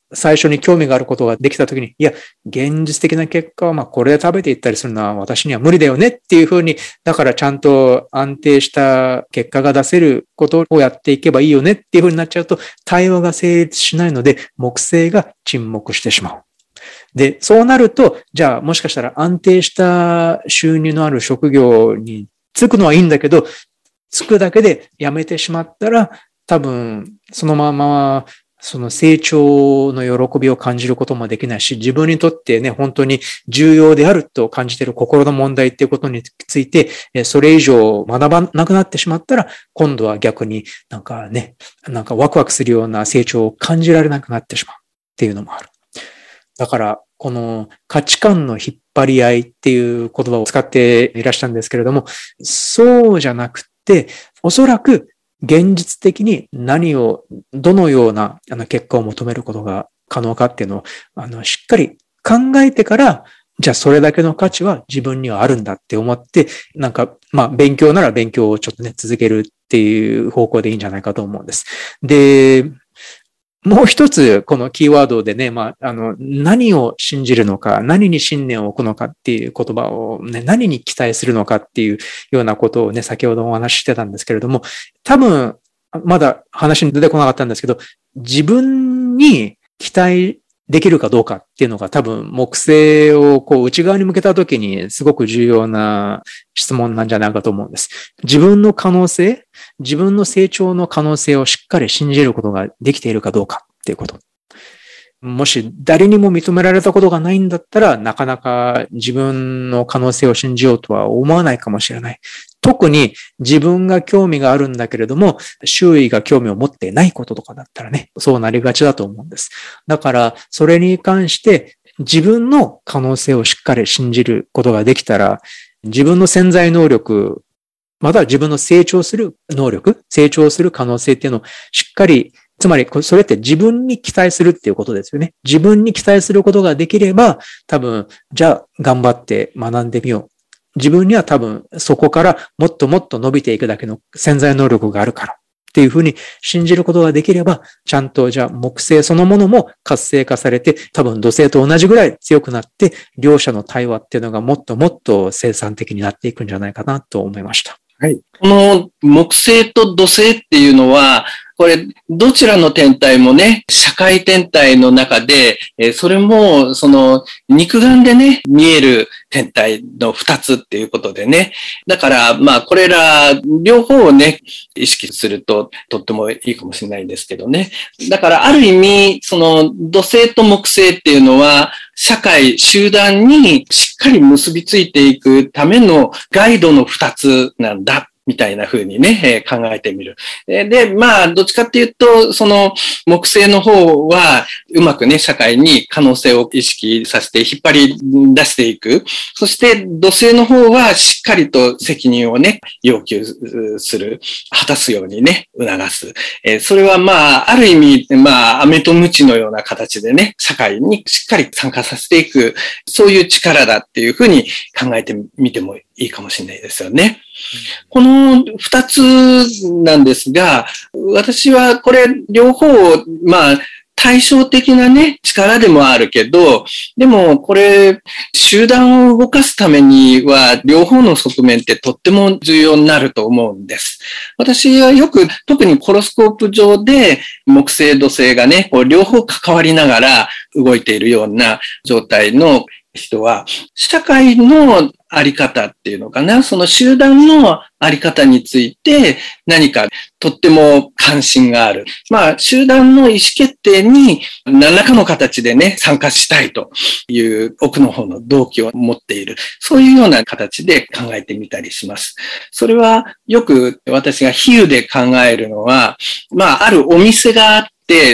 最初に興味があることができたときに、いや、現実的な結果は、これで食べていったりするのは私には無理だよねっていうふうに、だからちゃんと安定した結果が出せることをやっていけばいいよねっていうふうになっちゃうと、対話が成立しないので、木星が沈黙してしまう。で、そうなると、じゃあもしかしたら安定した収入のある職業に就くのはいいんだけど、就くだけで辞めてしまったら、多分、そのまま、その成長の喜びを感じることもできないし、自分にとってね、本当に重要であると感じている心の問題っていうことについて、それ以上学ばなくなってしまったら、今度は逆になんかワクワクするような成長を感じられなくなってしまうっていうのもある。だから、この価値観の引っ張り合いっていう言葉を使っていらしたんですけれども、そうじゃなくて、おそらく現実的にどのような結果を求めることが可能かっていうのを、しっかり考えてから、じゃあそれだけの価値は自分にはあるんだって思って、勉強なら勉強をちょっとね、続けるっていう方向でいいんじゃないかと思うんです。で、もう一つ、このキーワードでね、何を信じるのか、何に信念を置くのかっていう言葉をね、何に期待するのかっていうようなことをね、先ほどお話ししてたんですけれども、多分、まだ話に出てこなかったんですけど、自分に期待できるかどうかっていうのが多分、木星を内側に向けたときにすごく重要な質問なんじゃないかと思うんです。自分の可能性、自分の成長の可能性をしっかり信じることができているかどうかっていうこと。もし誰にも認められたことがないんだったら、なかなか自分の可能性を信じようとは思わないかもしれない。特に自分が興味があるんだけれども、周囲が興味を持っていないこととかだったらね、そうなりがちだと思うんです。だから、それに関して自分の可能性をしっかり信じることができたら、自分の潜在能力、または自分の成長する能力、成長する可能性っていうのをしっかり、つまり、それって自分に期待するっていうことですよね。自分に期待することができれば、多分、じゃあ頑張って学んでみよう。自分には多分、そこからもっともっと伸びていくだけの潜在能力があるからっていうふうに信じることができれば、ちゃんとじゃあ木星そのものも活性化されて、多分土星と同じぐらい強くなって、両者の対話っていうのがもっともっと生産的になっていくんじゃないかなと思いました。 はい。この木星と土星っていうのは、これ、どちらの天体もね、社会天体の中で、それも、肉眼でね、見える天体の2つっていうことでね。だから、これら、両方をね、意識すると、とってもいいかもしれないんですけどね。だから、ある意味、土星と木星っていうのは、社会、集団にしっかり結びついていくためのガイドの2つなんだ。みたいな風にね、考えてみる。で、どっちかっていうと、木星の方は、うまくね、社会に可能性を意識させて引っ張り出していく。そして、土星の方は、しっかりと責任をね、要求する。果たすようにね、促す。それはある意味、飴と鞭のような形でね、社会にしっかり参加させていく、そういう力だっていう風に考えてみてもいいかもしれないですよね。この二つなんですが、私はこれ両方、対照的なね、力でもあるけど、でもこれ、集団を動かすためには、両方の側面ってとっても重要になると思うんです。私はよく、特にホロスコープ上で、木星、土星がね、両方関わりながら動いているような状態の人は、社会のあり方っていうのかな、その集団のあり方について何かとっても関心がある。集団の意思決定に何らかの形でね、参加したいという奥の方の動機を持っている。そういうような形で考えてみたりします。それはよく私が比喩で考えるのは、あるお店があって、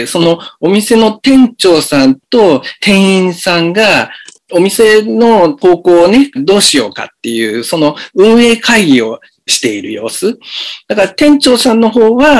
そのお店の店長さんと店員さんがお店の方向をね、どうしようかっていう、その運営会議をしている様子。だから店長さんの方は、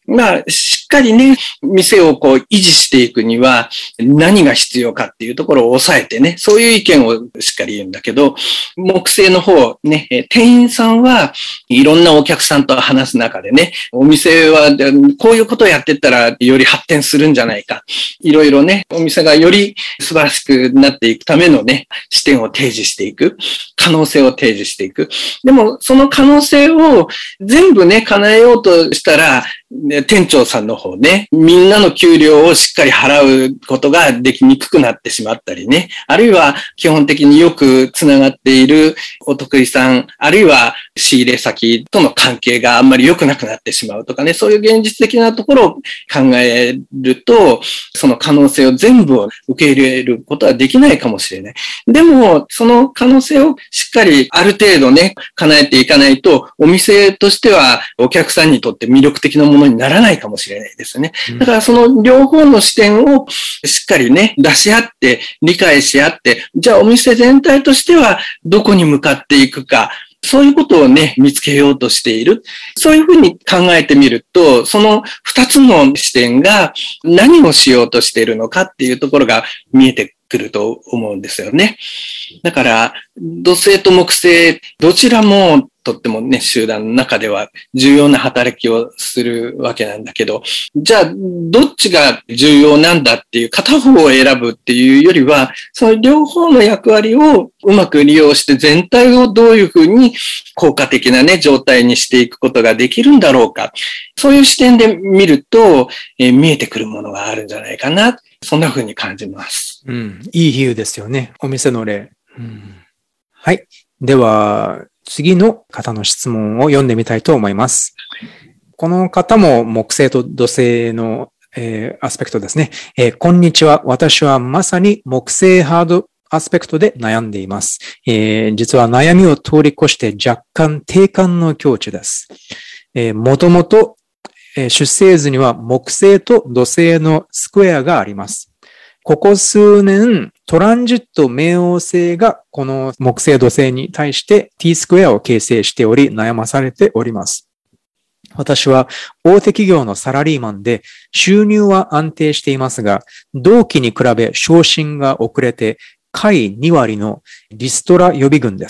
しっかりね、店を維持していくには何が必要かっていうところを抑えてね、そういう意見をしっかり言うんだけど、木製の方ね、店員さんはいろんなお客さんと話す中でね、お店はこういうことをやってったらより発展するんじゃないか。いろいろね、お店がより素晴らしくなっていくためのね、視点を提示していく。可能性を提示していく。でも、その可能性を全部ね、叶えようとしたら、店長さんの方ね、みんなの給料をしっかり払うことができにくくなってしまったりね、あるいは基本的によくつながっているお得意さん、あるいは仕入れ先との関係があんまり良くなくなってしまうとかね、そういう現実的なところを考えると、その可能性を全部受け入れることはできないかもしれない。でも、その可能性をしっかりある程度ね、叶えていかないと、お店としてはお客さんにとって魅力的なものにならないかもしれないですね。だからその両方の視点をしっかりね、出し合って、理解し合って、じゃあお店全体としてはどこに向かっていくか、そういうことをね、見つけようとしている。そういうふうに考えてみると、その二つの視点が何をしようとしているのかっていうところが見えてくると思うんですよね。だから、土星と木星、どちらもとってもね、集団の中では重要な働きをするわけなんだけど、じゃあ、どっちが重要なんだっていう片方を選ぶっていうよりは、その両方の役割をうまく利用して全体をどういうふうに効果的なね、状態にしていくことができるんだろうか。そういう視点で見ると、見えてくるものがあるんじゃないかな。そんなふうに感じます。 いい比喩ですよね。お店の例。はい。では、次の方の質問を読んでみたいと思います。この方も木星と土星の、アスペクトですね。こんにちは。私はまさに木星ハードアスペクトで悩んでいます。実は悩みを通り越して若干低感の境地です。もともと出生図には木星と土星のスクエアがあります。ここ数年、トランジット冥王星がこの木星土星に対して T スクエアを形成しており悩まされております。私は大手企業のサラリーマンで収入は安定していますが、同期に比べ昇進が遅れて下位2割のリストラ予備軍です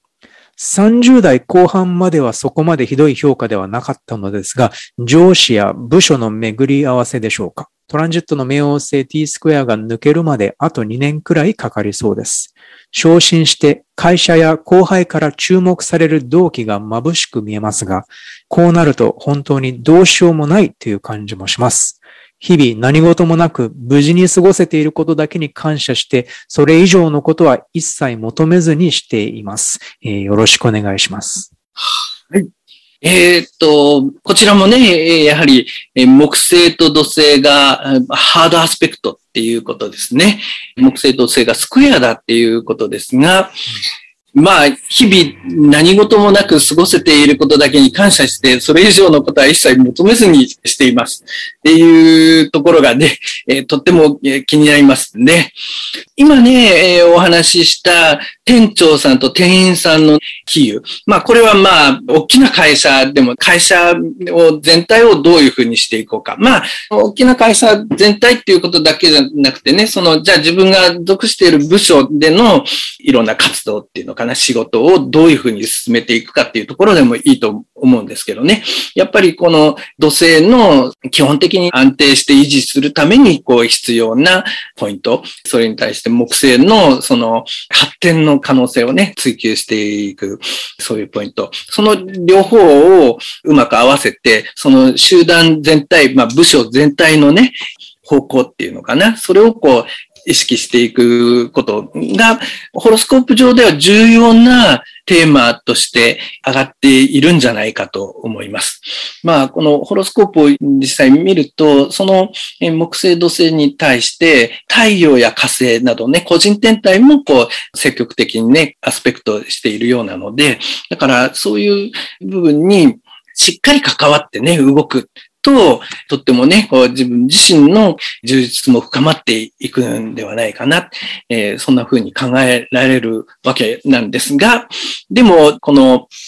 。30代後半まではそこまでひどい評価ではなかったのですが、上司や部署の巡り合わせでしょうか。トランジットの冥王星 T スクエアが抜けるまであと2年くらいかかりそうです。昇進して会社や後輩から注目される同期が眩しく見えますが、こうなると本当にどうしようもないという感じもします。日々何事もなく無事に過ごせていることだけに感謝して、それ以上のことは一切求めずにしています。よろしくお願いします。 はい。こちらもね、やはり木星と土星がハードアスペクトっていうことですね。木星と土星がスクエアだっていうことですが、日々何事もなく過ごせていることだけに感謝して、それ以上のことは一切求めずにしています。っていうところがね、とっても気になりますね。今ね、お話しした店長さんと店員さんの比喩。これは大きな会社でも会社を全体をどういうふうにしていこうか。大きな会社全体っていうことだけじゃなくてね、じゃあ自分が属している部署でのいろんな活動っていうのかな、仕事をどういうふうに進めていくかっていうところでもいいと思うんですけどね。やっぱりこの土星の基本的に安定して維持するために必要なポイント、それに対して木星のその発展の可能性をね、追求していく、そういうポイント。その両方をうまく合わせて、その集団全体、部署全体のね、方向っていうのかな。それを意識していくことが、ホロスコープ上では重要なテーマとして上がっているんじゃないかと思います。このホロスコープを実際見ると、その木星土星に対して太陽や火星などね、個人天体も積極的にね、アスペクトしているようなので、だからそういう部分にしっかり関わってね、動く。とってもね、自分自身の充実も深まっていくんではないかな。そんな風に考えられるわけなんですが、でも、この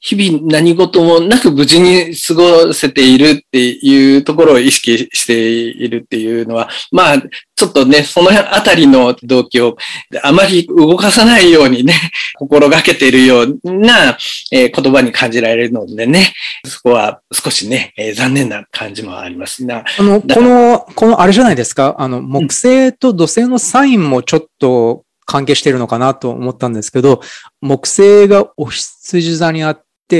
日々何事もなく無事に過ごせているっていうところを意識しているっていうのは、まあ、ちょっとね、そのあたりの動機をあまり動かさないようにね、心がけているような、言葉に感じられるのでね、そこは少しね、残念な感じもありますな。 このあれじゃないですか、木星と土星のサインもちょっと関係しているのかなと思ったんですけど、木星がお羊座にあって、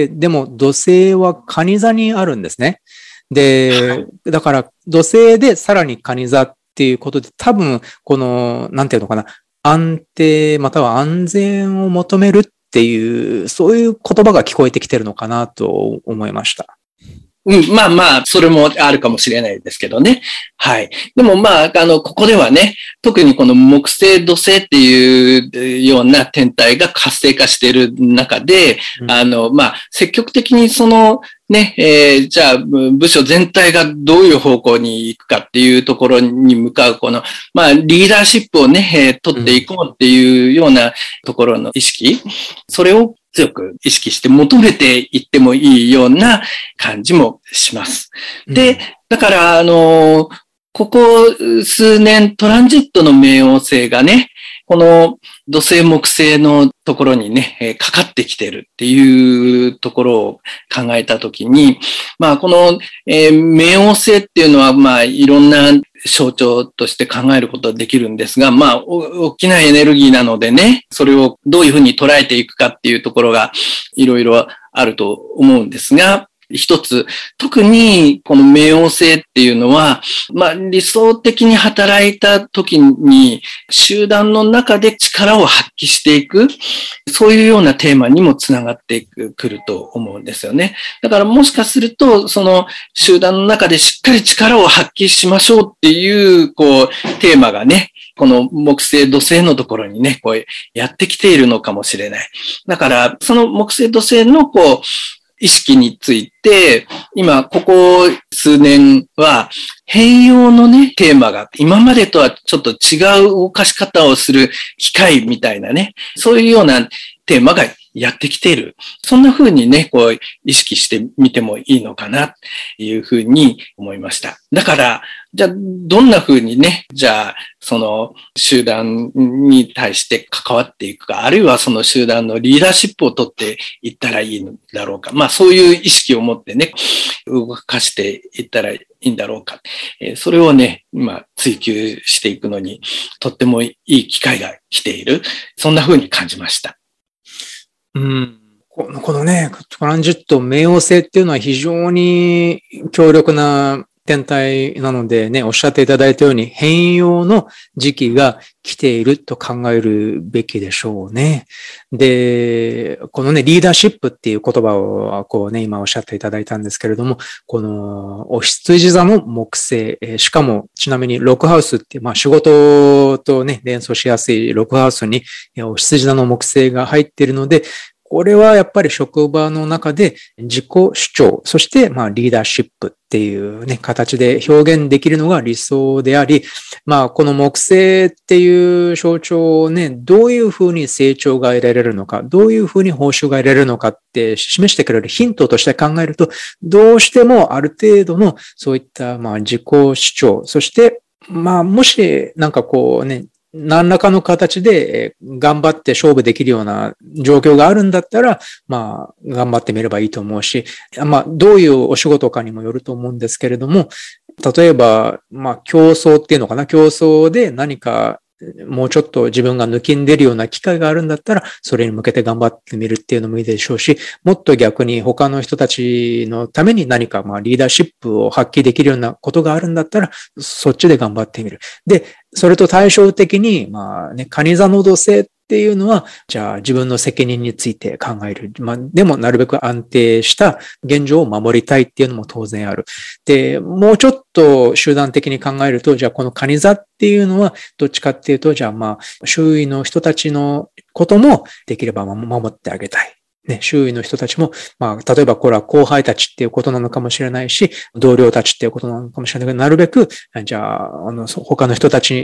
でも土星は蟹座にあるんですね。で、だから土星でさらに蟹座っていうことで、多分この、なんていうのかな、安定または安全を求めるっていう、そういう言葉が聞こえてきてるのかなと思いました。 まあまあ、それもあるかもしれないですけどね。はい。でもまあ、ここではね、特にこの木星、土星っていうような天体が活性化している中で、まあ、積極的にその、ね、じゃあ、部署全体がどういう方向に行くかっていうところに向かう、この、まあ、リーダーシップをね、取っていこうっていうようなところの意識、それを強く意識して求めていってもいいような感じもします。で、だから、ここ数年トランジットの冥王星がね、この土星木星のところにね、かかってきてるっていうところを考えたときに、まあこの、冥王星っていうのはまあいろんな象徴として考えることができるんですが、まあ大きなエネルギーなのでね、それをどういうふうに捉えていくかっていうところがいろいろあると思うんですが、一つ、特にこの冥王星っていうのは、まあ理想的に働いた時に集団の中で力を発揮していく、そういうようなテーマにもつながってくると思うんですよね。だからもしかすると、その集団の中でしっかり力を発揮しましょうっていう、こう、テーマがね、この木星土星のところにね、こうやってきているのかもしれない。だから、その木星土星のこう、意識について、今、ここ数年は、変容のね、テーマが、今までとはちょっと違う動かし方をする機会みたいなね、そういうようなテーマがやってきている。そんな風にね、こう、意識してみてもいいのかな、という風に思いました。だから、じゃあ、どんな風にね、じゃあ、その集団に対して関わっていくか、あるいはその集団のリーダーシップを取っていったらいいんだろうか。まあ、そういう意識を持ってね、動かしていったらいいんだろうか。それをね、今、追求していくのに、とってもいい機会が来ている。そんな風に感じました。 このね、トランジット冥王星っていうのは非常に強力な天体なのでね、おっしゃっていただいたように変容の時期が来ていると考えるべきでしょうね。で、このね、リーダーシップっていう言葉をこうね、今おっしゃっていただいたんですけれども、このお羊座の木星、しかもちなみにロックハウスって、まあ仕事とね、連想しやすいロックハウスにお羊座の木星が入っているので、これはやっぱり職場の中で自己主張、そしてまあリーダーシップっていうね、形で表現できるのが理想であり、まあこの木星っていう象徴をね、どういうふうに成長が得られるのか、どういうふうに報酬が得られるのかって示してくれるヒントとして考えると、どうしてもある程度のそういったまあ自己主張、そしてまあもしなんかこうね、何らかの形で頑張って勝負できるような状況があるんだったら、まあ、頑張ってみればいいと思うし、まあ、どういうお仕事かにもよると思うんですけれども、例えば、まあ、競争っていうのかな、競争で何かもうちょっと自分が抜きんでるような機会があるんだったら、それに向けて頑張ってみるっていうのもいいでしょうし、もっと逆に他の人たちのために何かまあリーダーシップを発揮できるようなことがあるんだったら、そっちで頑張ってみる。で、それと対照的に、まあね、蟹座の土星っていうのは、じゃあ自分の責任について考える。まあ、でもなるべく安定した現状を守りたいっていうのも当然ある。で、もうちょっと集団的に考えると、じゃあこの蟹座っていうのは、どっちかっていうと、じゃあまあ、周囲の人たちのこともできれば守ってあげたい。ね、周囲の人たちも、まあ、例えばこれは後輩たちっていうことなのかもしれないし、同僚たちっていうことなのかもしれないけど、なるべく、じゃあ、他の人たち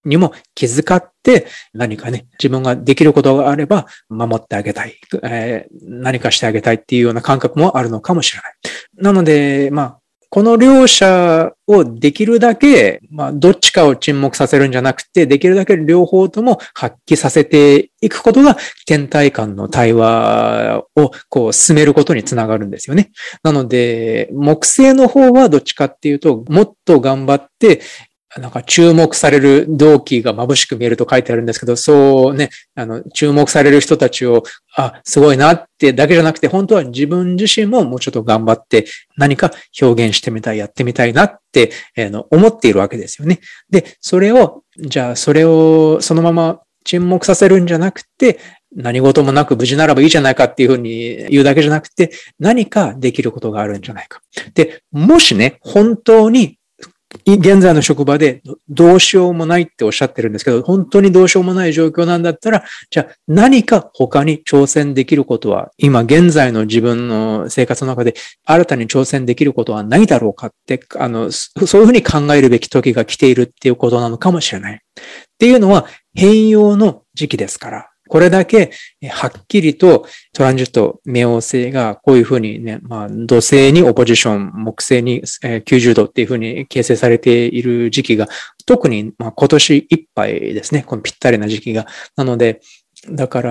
にも気遣って何かね、自分ができることがあれば守ってあげたい、何かしてあげたいっていうような感覚もあるのかもしれない。なので、この両者をできるだけ、どっちかを沈黙させるんじゃなくて、できるだけ両方とも発揮させていくことが、天体間の対話を進めることにつながるんですよね。なので、木星の方はどっちかっていうと、もっと頑張って、注目される同期が眩しく見えると書いてあるんですけど、そうね、注目される人たちを、すごいなってだけじゃなくて、本当は自分自身ももうちょっと頑張って何か表現してみたい、やってみたいなって、思っているわけですよね。で、それをそのまま沈黙させるんじゃなくて、何事もなく無事ならばいいじゃないかっていうふうに言うだけじゃなくて、何かできることがあるんじゃないか。で、もしね、本当に現在の職場でどうしようもないっておっしゃってるんですけど、本当にどうしようもない状況なんだったら、じゃあ何か他に挑戦できることは、今現在の自分の生活の中で新たに挑戦できることはないだろうかって、そういうふうに考えるべき時が来ているっていうことなのかもしれない。っていうのは変容の時期ですから。これだけはっきりとトランジット冥王星がこういうふうにね、土星にオポジション、木星に90度っていうふうに形成されている時期が、特に今年いっぱいですね、このぴったりな時期が。なので、だから、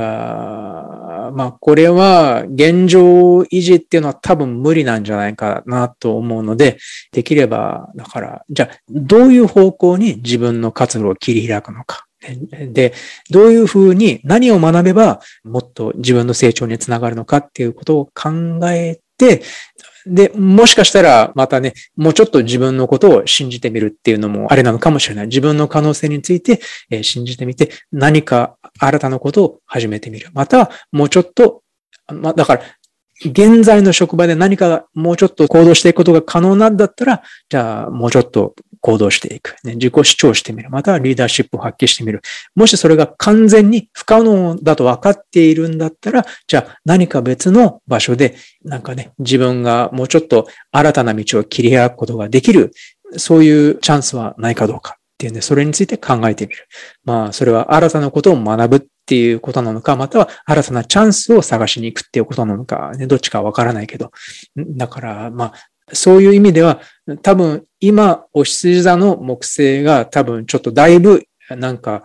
これは現状維持っていうのは多分無理なんじゃないかなと思うので、できれば、だから、じゃあどういう方向に自分の活路を切り開くのか。で、どういうふうに何を学べばもっと自分の成長につながるのかっていうことを考えて、で、もしかしたらまたね、もうちょっと自分のことを信じてみるっていうのもあれなのかもしれない。自分の可能性について信じてみて、何か新たなことを始めてみる。またはもうちょっと、だから、現在の職場で何かもうちょっと行動していくことが可能なんだったら、じゃあもうちょっと行動していく。自己主張してみる。またはリーダーシップを発揮してみる。もしそれが完全に不可能だと分かっているんだったら、じゃあ何か別の場所で、自分がもうちょっと新たな道を切り開くことができる、そういうチャンスはないかどうかっていうんで、それについて考えてみる。それは新たなことを学ぶっていうことなのか、または新たなチャンスを探しに行くっていうことなのか、どっちかわからないけど。だから、そういう意味では、多分今、お羊座の木星が多分ちょっとだいぶ抑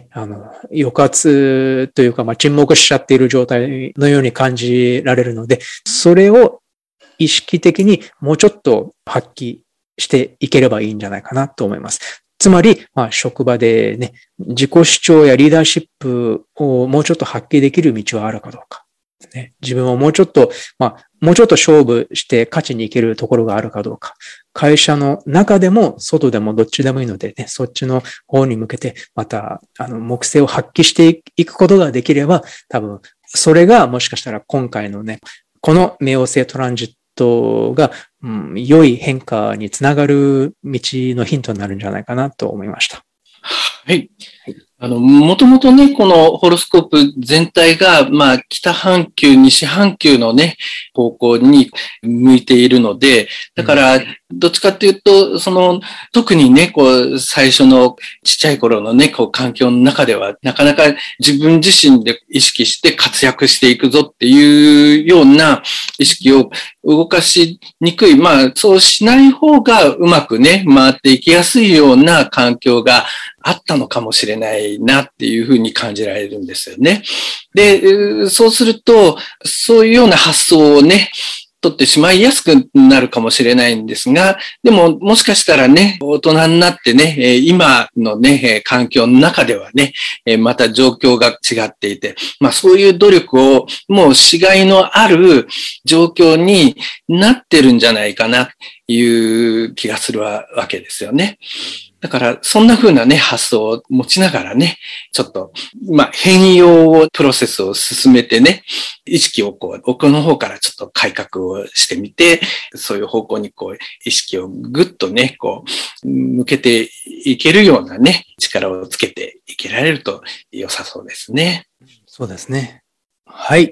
圧というか、沈黙しちゃっている状態のように感じられるので、それを意識的にもうちょっと発揮していければいいんじゃないかなと思います。つまり、職場でね、自己主張やリーダーシップをもうちょっと発揮できる道はあるかどうか。自分をもうちょっと勝負して勝ちに行けるところがあるかどうか。会社の中でも外でもどっちでもいいのでね、そっちの方に向けてまた、木星を発揮していくことができれば、多分、それがもしかしたら今回のね、この冥王星トランジットが、良い変化につながる道のヒントになるんじゃないかなと思いました。 はい。もともとね、このホロスコープ全体が、北半球、西半球のね、方向に向いているので、だから、どっちかっていうと、特にね、最初のちっちゃい頃のね、環境の中では、なかなか自分自身で意識して活躍していくぞっていうような意識を動かしにくい。そうしない方がうまくね、回っていきやすいような環境があったのかもしれないなっていうふうに感じられるんですよね。で、そうすると、そういうような発想をね、取ってしまいやすくなるかもしれないんですが、でももしかしたらね、大人になってね、今のね、環境の中ではね、また状況が違っていて、そういう努力をもうしがいのある状況になってるんじゃないかなという気がするわけですよね。だから、そんな風なね、発想を持ちながらね、ちょっと、変容プロセスを進めてね、意識を奥の方からちょっと改革をしてみて、そういう方向に意識をぐっとね、向けていけるようなね、力をつけていけられると良さそうですね。 そうですね。はい。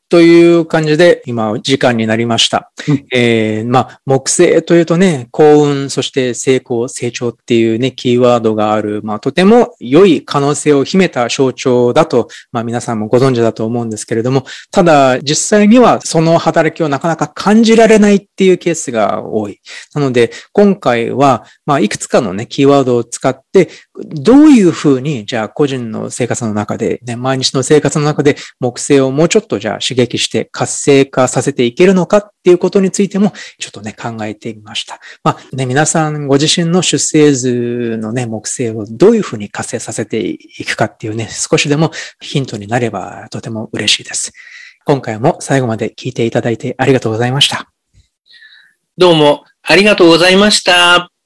という感じで、今、時間になりました。木星というとね、幸運、そして成功、成長っていうね、キーワードがある、とても良い可能性を秘めた象徴だと、皆さんもご存知だと思うんですけれども、ただ、実際にはその働きをなかなか感じられないっていうケースが多い。なので、今回は、いくつかのね、キーワードを使って、どういうふうに、じゃあ、個人の生活の中で、ね、毎日の生活の中で、木星をもうちょっとじゃあ刺激して活性化させていけるのかっていうことについてもちょっとね考えてみました。皆さんご自身の出生図のね木星をどういうふうに活性させていくかっていうね少しでもヒントになればとても嬉しいです。今回も最後まで聞いていただいてありがとうございました。 どうもありがとうございました。